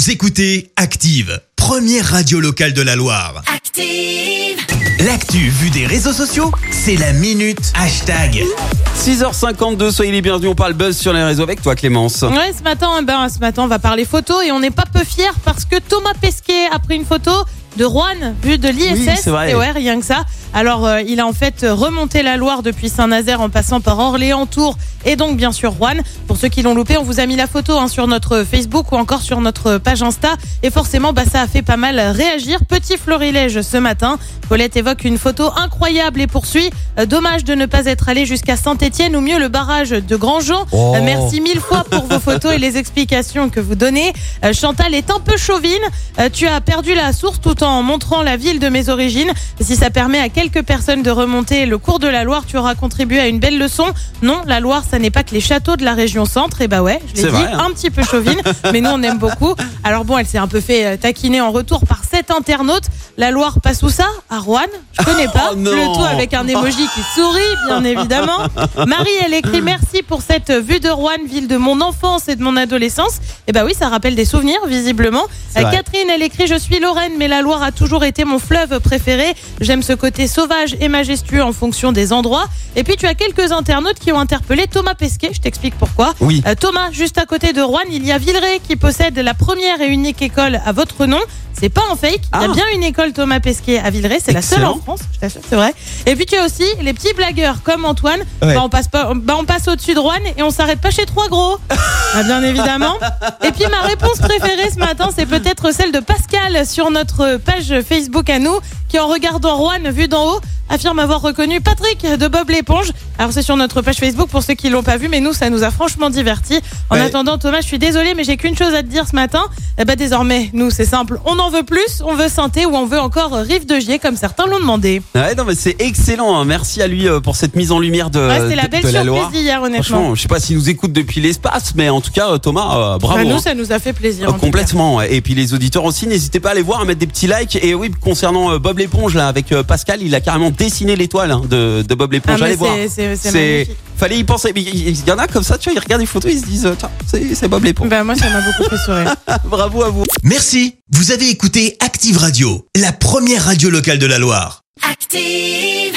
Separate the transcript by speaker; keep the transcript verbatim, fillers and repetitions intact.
Speaker 1: Vous écoutez Active, première radio locale de la Loire.
Speaker 2: Active.
Speaker 1: L'actu vue des réseaux sociaux, c'est la minute hashtag.
Speaker 3: six heures cinquante-deux, soyez les bienvenus, on parle buzz sur les réseaux avec toi Clémence.
Speaker 4: Ouais, ce matin, eh ben, ce matin, on va parler photo et on n'est pas peu fiers parce que Thomas Pesquet a pris une photo de Roanne, vue de l'I S S.
Speaker 3: Oui, c'est vrai.
Speaker 4: Et ouais, rien que ça. Alors, euh, il a en fait remonté la Loire depuis Saint-Nazaire en passant par Orléans, Tours et donc bien sûr Roanne. Pour ceux qui l'ont loupé, on vous a mis la photo hein, sur notre Facebook ou encore sur notre page Insta. Et forcément, bah, ça a fait pas mal réagir. Petit florilège ce matin. Paulette évoque une photo incroyable et poursuit. Euh, dommage de ne pas être allé jusqu'à Saint-Étienne ou mieux le barrage de Grandjean.
Speaker 3: Oh.
Speaker 4: Euh, merci mille fois pour vos photos et les explications que vous donnez. Euh, Chantal est un peu chauvine. Euh, tu as perdu la source tout en montrant la ville de mes origines. Si ça permet à quelques personnes de remonter le cours de la Loire, tu auras contribué à une belle leçon. Non, la Loire, ça n'est pas que les châteaux de la région centre. Et bah ouais, je l'ai
Speaker 3: C'est
Speaker 4: dit,
Speaker 3: vrai, hein.
Speaker 4: un petit peu chauvine, mais nous on aime beaucoup. Alors bon, elle s'est un peu fait euh, taquiner en retour par cet internaute. La Loire passe où ça? À Roanne? Je connais pas.
Speaker 3: Oh non.
Speaker 4: Le tout avec un emoji qui sourit, bien évidemment. Marie, elle écrit merci pour cette vue de Roanne, ville de mon enfance et de mon adolescence. Et bah oui, ça rappelle des souvenirs, visiblement.
Speaker 3: C'est
Speaker 4: Euh,
Speaker 3: vrai.
Speaker 4: Catherine, elle écrit je suis Lorraine, mais la Loire a toujours été mon fleuve préféré. J'aime ce côté sauvage et majestueux en fonction des endroits. Et puis tu as quelques internautes qui ont interpellé Thomas Pesquet. Je t'explique pourquoi.
Speaker 3: Oui.
Speaker 4: Euh, Thomas, juste à côté de Roanne, il y a Villeray qui possède la première et unique école à votre nom. C'est pas un fake. Il y a
Speaker 3: Ah.
Speaker 4: bien une école Thomas Pesquet à Villeray. C'est la seule en
Speaker 3: Excellent.
Speaker 4: France. Je t'assure, c'est vrai. Et puis tu as aussi les petits blagueurs comme Antoine.
Speaker 3: Ouais.
Speaker 4: Bah, on passe pas, bah, on passe au-dessus de Roanne et on s'arrête pas chez Trois Gros. Ah, bien évidemment. Et puis ma réponse préférée ce matin, c'est peut-être celle de Pascal sur notre page Facebook à nous, qui en regardant Roanne vue d'en haut, affirme avoir reconnu Patrick de Bob l'éponge. Alors c'est sur notre page Facebook pour ceux qui l'ont pas vu, mais nous ça nous a franchement divertis. En
Speaker 3: Ouais.
Speaker 4: attendant Thomas, je suis désolée, mais j'ai qu'une chose à te dire ce matin. Eh ben désormais, nous c'est simple, on en veut plus, on veut Sainté ou on veut encore Rive de Gier comme certains l'ont demandé.
Speaker 3: Ouais, non mais c'est excellent, hein. Merci à lui euh, pour cette mise en lumière de,
Speaker 4: Ouais, c'était la
Speaker 3: de-
Speaker 4: belle
Speaker 3: de la
Speaker 4: surprise
Speaker 3: Loire.
Speaker 4: d'hier, honnêtement.
Speaker 3: Franchement, je sais pas s'il nous écoute depuis l'espace, mais en tout cas euh, Thomas, euh, bravo.
Speaker 4: Bah, nous
Speaker 3: hein.
Speaker 4: ça nous a fait plaisir.
Speaker 3: Euh,
Speaker 4: en tout cas.
Speaker 3: complètement, ouais. Et puis les auditeurs aussi, n'hésitez pas à aller voir, à mettre des petits likes. Et oui, concernant euh, Bob l'éponge là, avec euh, Pascal, il a carrément dessiné l'étoile hein, de, de Bob l'éponge.
Speaker 4: Ah, mais
Speaker 3: Allez voir.
Speaker 4: c'est- c'est- c'est magnifique.
Speaker 3: Fallait y penser. Mais il y en a comme ça, tu vois, ils regardent les photos, ils se disent, euh, tiens, c'est c'est Bob l'éponge.
Speaker 4: Bah moi ça m'a beaucoup fait sourire.
Speaker 3: Bravo à vous.
Speaker 1: Merci, vous avez écouté Active Radio, la première radio locale de la Loire.
Speaker 2: Active.